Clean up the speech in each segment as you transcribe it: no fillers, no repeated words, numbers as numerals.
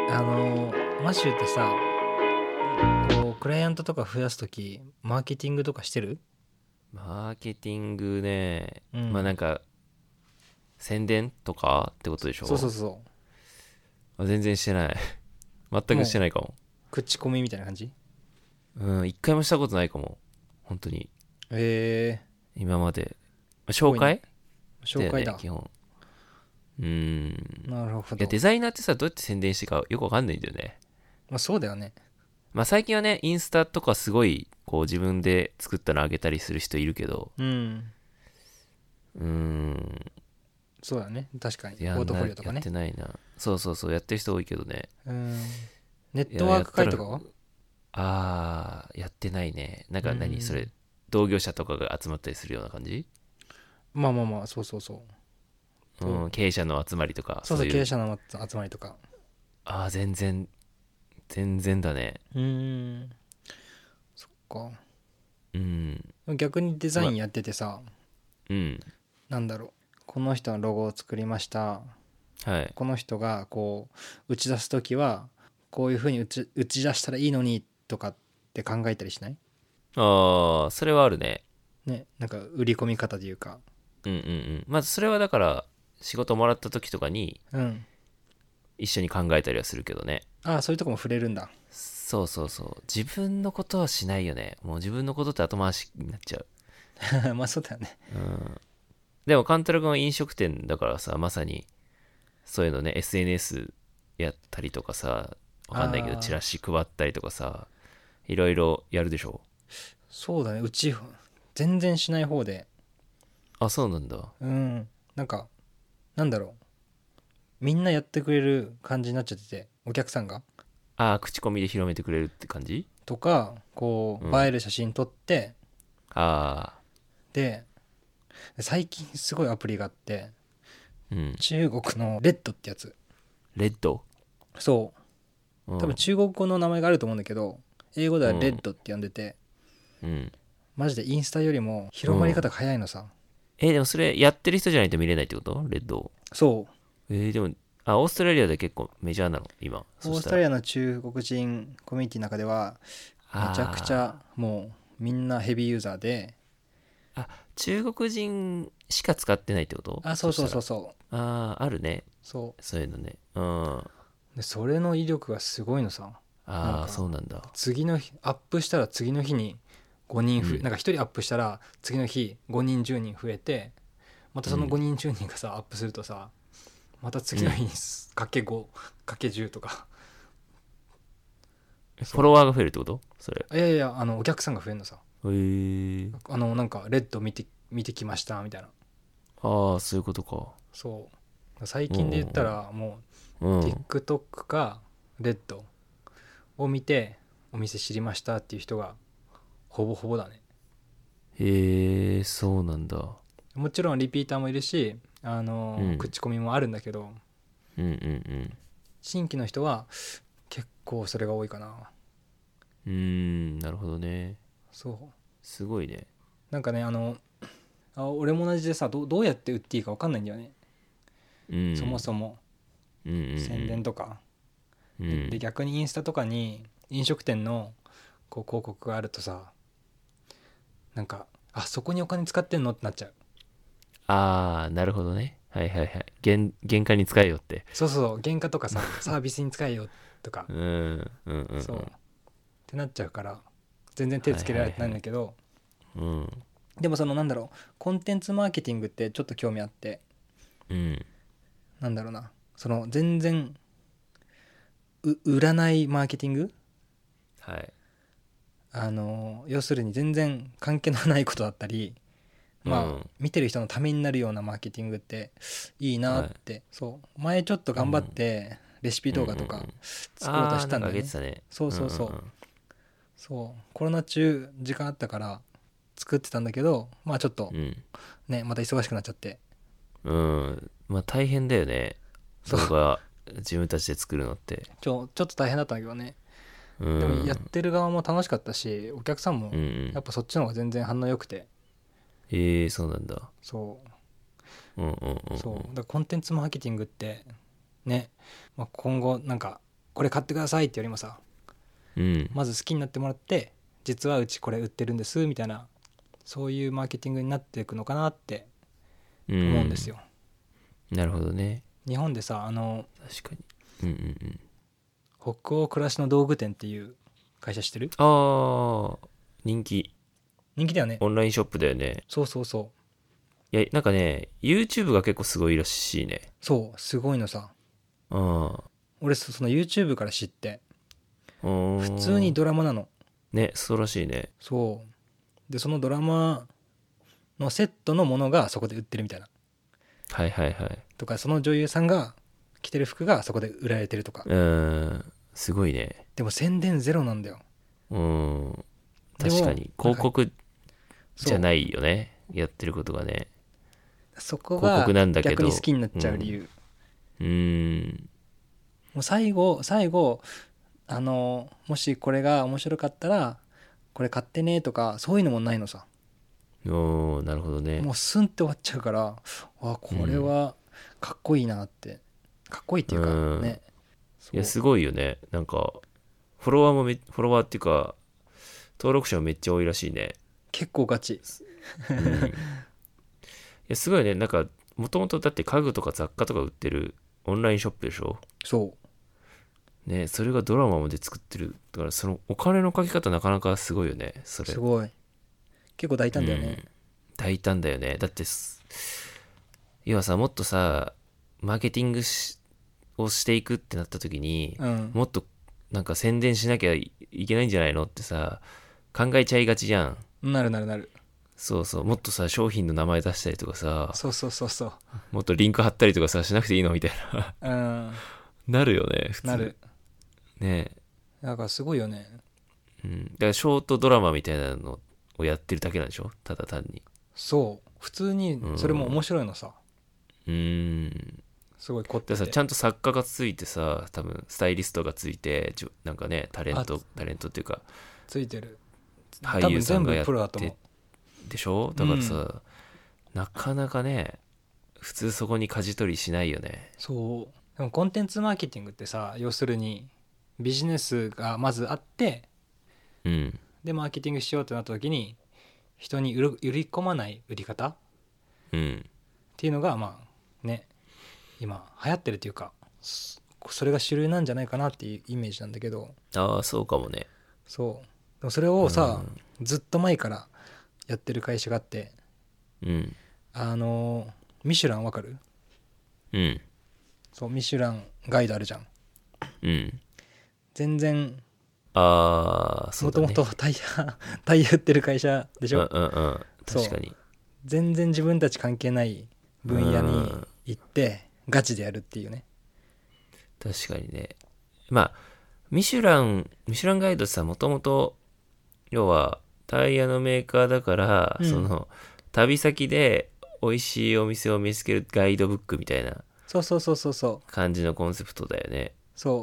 マッシュってさ、 うん。 こうクライアントとか増やすときマーケティングとかしてる？ マーケティングね。 うん。 まあなんか、宣伝とかってことでしょ？ そうそうそ全然してない。全う。 くもうしてないかも。 口コミみたいな感じ？ うん、一回もしたことないかも。本当に。 え今まで。 すごいね。 紹介だよね、 紹介だ。 基本。うーん。 なるほいや、デど。 ザイナーってさ、どうやって宣伝していいかよくわかんないんだよね。 まあそうだよね。 まあ最近はね、インスタとかすごい、こう自分で作ったのあげたりする人いるけど、 うん。 うーん、 そうだね。確かに。ポートフォリオとやっかね。 てないな。そうそうそう、やってる人多いけどね。 うん。ネッいや、 トワークやったら、 会とかは？ やってないね。なんうか何それ、 ん。 同業者とかが集まったりするような感じ？ まあまあまあ、そうそうそう。と、 うん、経営者の集まりとか、 そうそう、 そういう。 経営者の集まりとか。 全然だね。 うーん。そっか。 うん、 でも逆にデザイま、 ンやっててさ、 うん、 なんだろう。この人のロゴを作りました。 はい。 この人がこう打ち出す時はこういう風に打ち出したらいいのにとかって考えたりしない？ それはあるね。 ね、なんか売り込み方でいうか。 うんうんうん。まずそれはだから、仕事もらった時とかにうん。 一緒に考えたりはするけどね。 ああ、そういうとこも触れるんだ。 そうそうそう。自分のことはしないよね。もう自分のことって後回しになっちゃう。 まあそうだよね。 うん。でも、カンタロ君は飲食店だからさ、まさに、そういうのね、SNS やったりとかさ、わかんないけど、チああ、 ラシ配ったりとかさ、いろいろやるでしょ？ そうだね。うち全然しない方で。 あ、そうなんだ。 うん。なんかなんだろう、みんなやってくれる感じになっちゃってて、お客さんが口コミで広めてくれるって感じ？ とかこうん。 う映える写真撮って、 あで最近すごいアプリがあって、 うん。 中国のレッドってやつ。 レッド。 そう多分うん。 中国語の名前があると思うんだけど、英語ではレッうん。 ドって呼んでて、 うん。 マジでインスタよりもうん。 広まり方が早いのさ。 でもそれ、やってる人じゃないと見れないってこと？レッドを。 そでも、オーストラリアで結構メジャーなの今。 う、 そしたら。 オーストラリアの中国人コミュニティの中ではめちゃくちゃあもうみんなヘビーユーザーで。 中国人しか使ってないってこと？ あ、そうそうそしたら。 そうそう。 あるね。 そそういうのね。うん。 うで、それの威力がすごいのさ。なんかそうなんだ。 次の日アップしたら次の日に5人うん。 なんか1人アップしたら次の日5人10人増えて、またそのうん。 5人10人がさアップするとさ、また次の日うん。 にかけ5かけ10とか。そフォロワーが増えるってことそれ？ う、いやいや、お客さんが増えるのさ。 へえ。 なんかレッド見てきましたみたいな。 そういうことか。 そう最うん近で言ったらもううんうん。うん。 TikTok かレッドを見てお店知りましたっていう人がほぼほぼだね。 へえ、そうなんだ。 もちろんリピーターもいるし、 うん。 口コミもあるんだけど、 うんうん新規の人は結構それが多いかな。 うん。なるほどね。 そうすごいね。 なんかね、俺も同じでさ、どうやって売っていいか分かんないんだよね、 うそもん。 そも。 うんう宣伝んとかうん。うでん。 逆にインスタとかに飲食店のこう広告があるとさ、なんかそこにお金使ってんのってなっちゃう。 なるほどね。はいはいはい。原価に使えよって。 そうそう、原価とかさサービスに使えよとか。 うん。うんうんうん。 そうってなっちゃうから全然手はいつけられてないんはいはい。 だけど、 うん。 でもそのなんだろう、コンテンツマーケティングってちょっと興味あって、 うん。 なんだろうな、その全然売らないマーケティング、 はい。 要するに全然関係のないことだったり、まあうん。 見てる人のためになるようなマーケティングっていいなっはい。 て。そう前ちょっと頑張っうん。 てレシピうんうんう動画とかん。 作ろうとしなんかたんだよね。 あげてたね。 そううんうそうそう。 んそうコロナ中時間あったから作ってたんだけど、まあちょっとうん。 ねまた忙しくなっちゃって。 うん。まあ大変だよね。 そう動画自分たちで作るのって。 ちょっと大変だったんだけどね。 うでもやっん。 てる側も楽しかったし、お客さんもうんうん。 やっぱそっちの方が全然反応良くて。 そうなんだ。 そううんうんうんうん。 そうだからコンテンツマーケティングってね、まあ、今後なんかこれ買ってくださいってよりもさ、 うんまず好きになってもらって、実はうちこれ売ってるんですみたいな、そういうマーケティングになっていくのかなって思うんですよ。 なるほどね。 日本でさ、 確かに。うんうんうん。 北欧暮らしの道具店っていう会社知ってる？ ああ、人気。 人気だよね。 オンラインショップだよね。 そうそうそう。 いや、なんかね、YouTube が結構すごいらしいね。 そうすごいのさ。 うん。 俺その YouTube から知って、 普普通にドラマなの。 ね、そうらしいね。 そうで、そのドラマのセットのものがそこで売ってるみたいなはいはいはい。 とか、その女優さんが着てる服がそこで売られてるとか。 すごいね。 でも宣伝ゼロなんだよ。 うん。 でも確かに。広告じゃい。 ないよね。やってることがね。 そこ広が告なんだけど逆に好きになっちゃう理由。もう最後もしこれが面白かったらこれ買ってねとか、そういうのもないのさ。 おー、なるほどね。 もうスンって終わっちゃうから、あ、これはかっこいいなって、かっこいいっていうかね。 いや、すごいよね。なんか、フォロワーっていうか、登録者もめっちゃ多いらしいね。 結構ガチ。 いや、すごいね。なんか、もともとだって家具とか雑貨とか売ってるオンラインショップでしょ。 そうね、それがドラマまで作ってる。だから、そのお金のかけ方なかなかすごいよね。それ。 すごい。結構大胆だよね。 大胆だよね。だって要はさ、もっとさ、マーケティングをしていくってなった時に、もっとなんか宣伝しなきゃいけないんじゃないのってさ、考えちゃいがちじゃん。 なる。 そうそう。もっとさ、商品の名前出したりとかさ、 そうもっとリンク貼ったりとかさ、しなくていいのみたいな。なるよね、普通。 なる。 ね。 だからすごいよね。 だからショートドラマみたいなのをやってるだけなんでしょ、ただ単に。 そう普通にそれも面白いのさ。すごい凝ってて。 だからさ、ちゃんと作家がついてさ、多分スタイリストがついて、なんかね、タレントっていうか、 ついてる。 俳優さんがやっ多分全部プロだと思てでしょ。だからさ、なかなかね、普通そこに舵取りしないよね。 そう。でもコンテンツマーケティングってさ、要するにビジネスがまずあって、でマーケティングしようってなった時に、人に売り込まない売り方っていうのがまあね、今流行ってるっていうか、それが主流なんじゃないかなっていうイメージなんだけど。 ああ、そうかもね。 そうでもそれをさ、ずっと前からやってる会社があって、ミシュランわかる？そう、ミシュランガイドあるじゃん。全然そうだね。 もともとタイヤ売ってる会社でしょ。 確かに。 全然自分たち関係ない分野に行ってガチでやるっていうね。 確かにね。まあミシュランガイドさ、もともと要はタイヤのメーカーだから、その旅先で美味しいお店を見つけるガイドブックみたいな感じのコンセプトだよね。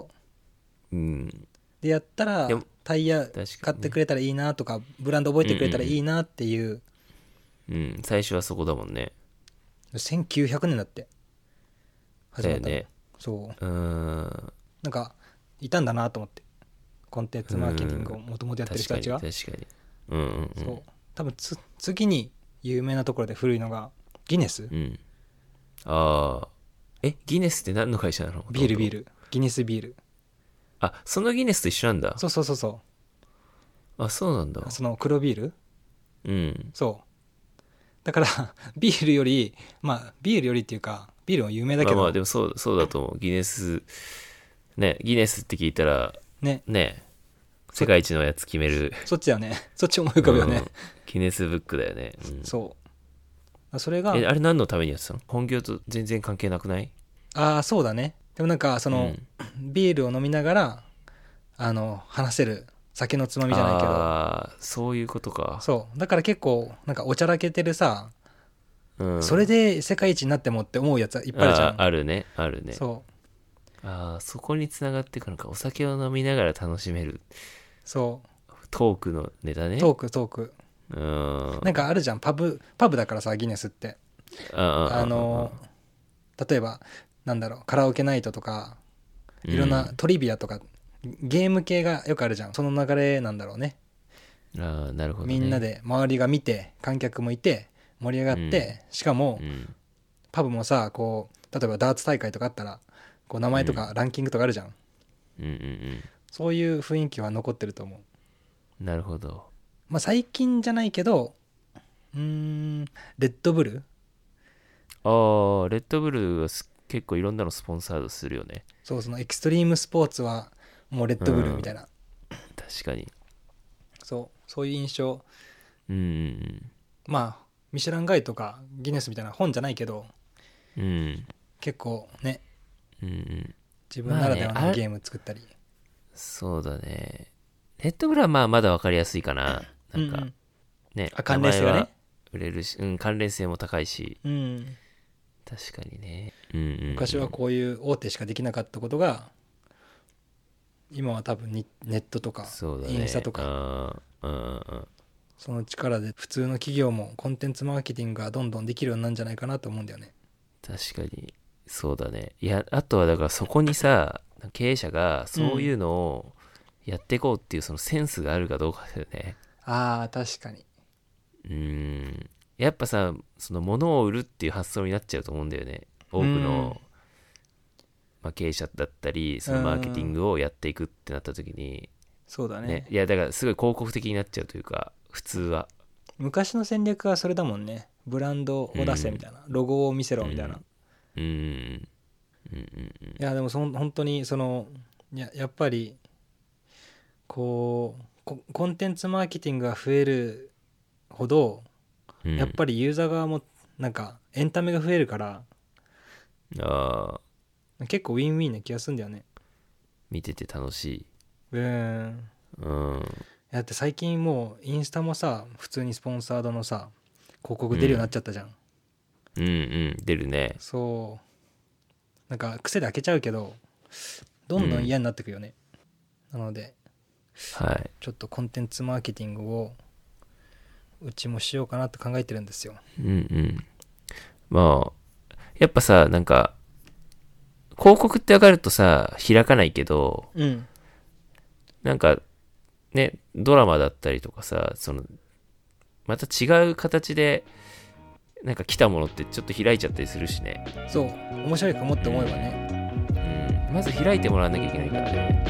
でやったらタイヤ買ってくれたらいいなとか、ブランド覚えてくれたらいいなっていう、 最初はそこだもんね。 1900年だって始まったの。 だよね。 そうなんかいたんだなと思って、コンテンツマーケティングをもともとやってる人たちが。 確かにそう多分次に有名なところで古いのがギネス。 ギネスって何の会社なの？ ビールギネスビール。 そのギネスと一緒なんだ。 そうそうなんだ。 その黒ビール。そうだからビールよりっていうか、ビールは有名だけど、 でもそうだと思う。ギネスって聞いたらね、世界一のやつ決める。 そっちだよね。そっち思い浮かぶよね。 ギネスブックだよね。 それがあれ何のためにやってたの？本業と全然関係なくない？ そうだね。でもなんかその、ビールを飲みながら話せる酒のつまみじゃないけど、 そういうことか。 そうだから結構なんかおちゃらけてるさ、それで世界一になってもって思うやついっぱいあるじゃん。 あるね。 そうそこに繋がっていくのか。お酒を飲みながら楽しめる。 そうトークのネタね。 トークなんかあるじゃん。パブだからさ、ギネスって例えばなんだろう、カラオケナイトとかいろんなトリビアとかゲーム系がよくあるじゃん。その流れなんだろうね。 ああ、なるほどね。 みんなで周りが見て観客もいて盛り上がって、しかも、パブもさこう例えばダーツ大会とかあったらこう名前とかランキングとかあるじゃん、そういう雰囲気は残ってると思う。なるほど。 まあ最近じゃないけどレッドブル、 ああ、レッドブルは結構いろんなのスポンサードするよね。 そう、そのエクストリームスポーツはもうレッドブルみたいな、 確かに。 そういう印象。まあミシュランガイドとかギネスみたいな本じゃないけど、結構ね、自分ならではのゲーム作ったり、 そうだね。レッドブルはまあまだ分かりやすいかな。なんか、ね、 関連性がね売れるし、関連性も高いし、確かにね。 昔はこういう大手しかできなかったことが今は多分ネットとか、インスタとか、その力で普通の企業もコンテンツマーケティングがどんどんできるようになるんじゃないかなと思うんだよね。 確かにそうだね。いや、あとはだからそこにさ、経営者がそういうのをやっていこうっていうそのセンスがあるかどうかだよね。 ああ、確かに。 やっぱさ、その物を売るっていう発想になっちゃうと思うんだよね。多くの、経営者だったりそのマーケティングをやっていくってなった時に、 そうだね。 いやだからすごい広告的になっちゃうというか、普通は昔の戦略はそれだもんね。ブランドを出せみたいな、ロゴを見せろみたいな。いやでも本当にやっぱりこうコンテンツマーケティングが増えるほど、やっぱりユーザー側もなんかエンタメが増えるから、結構ウィンウィンな気がするんだよね。 見てて楽しい。 だって最近もうインスタもさ、普通にスポンサードのさ広告出るようになっちゃったじゃん。 出るね。 そうなんか癖で開けちゃうけどどんどん嫌になってくよね。なので、ちょっとコンテンツマーケティングをうちもしようかなと考えてるんですよ。 まあやっぱさ、なんか広告って分かるとさ開かないけど、なんかね、ドラマだったりとかさ、また違う形でなんか来たものってちょっと開いちゃったりするしね。 そう、面白いかもって思えばね、 まず開いてもらわなきゃいけないからね。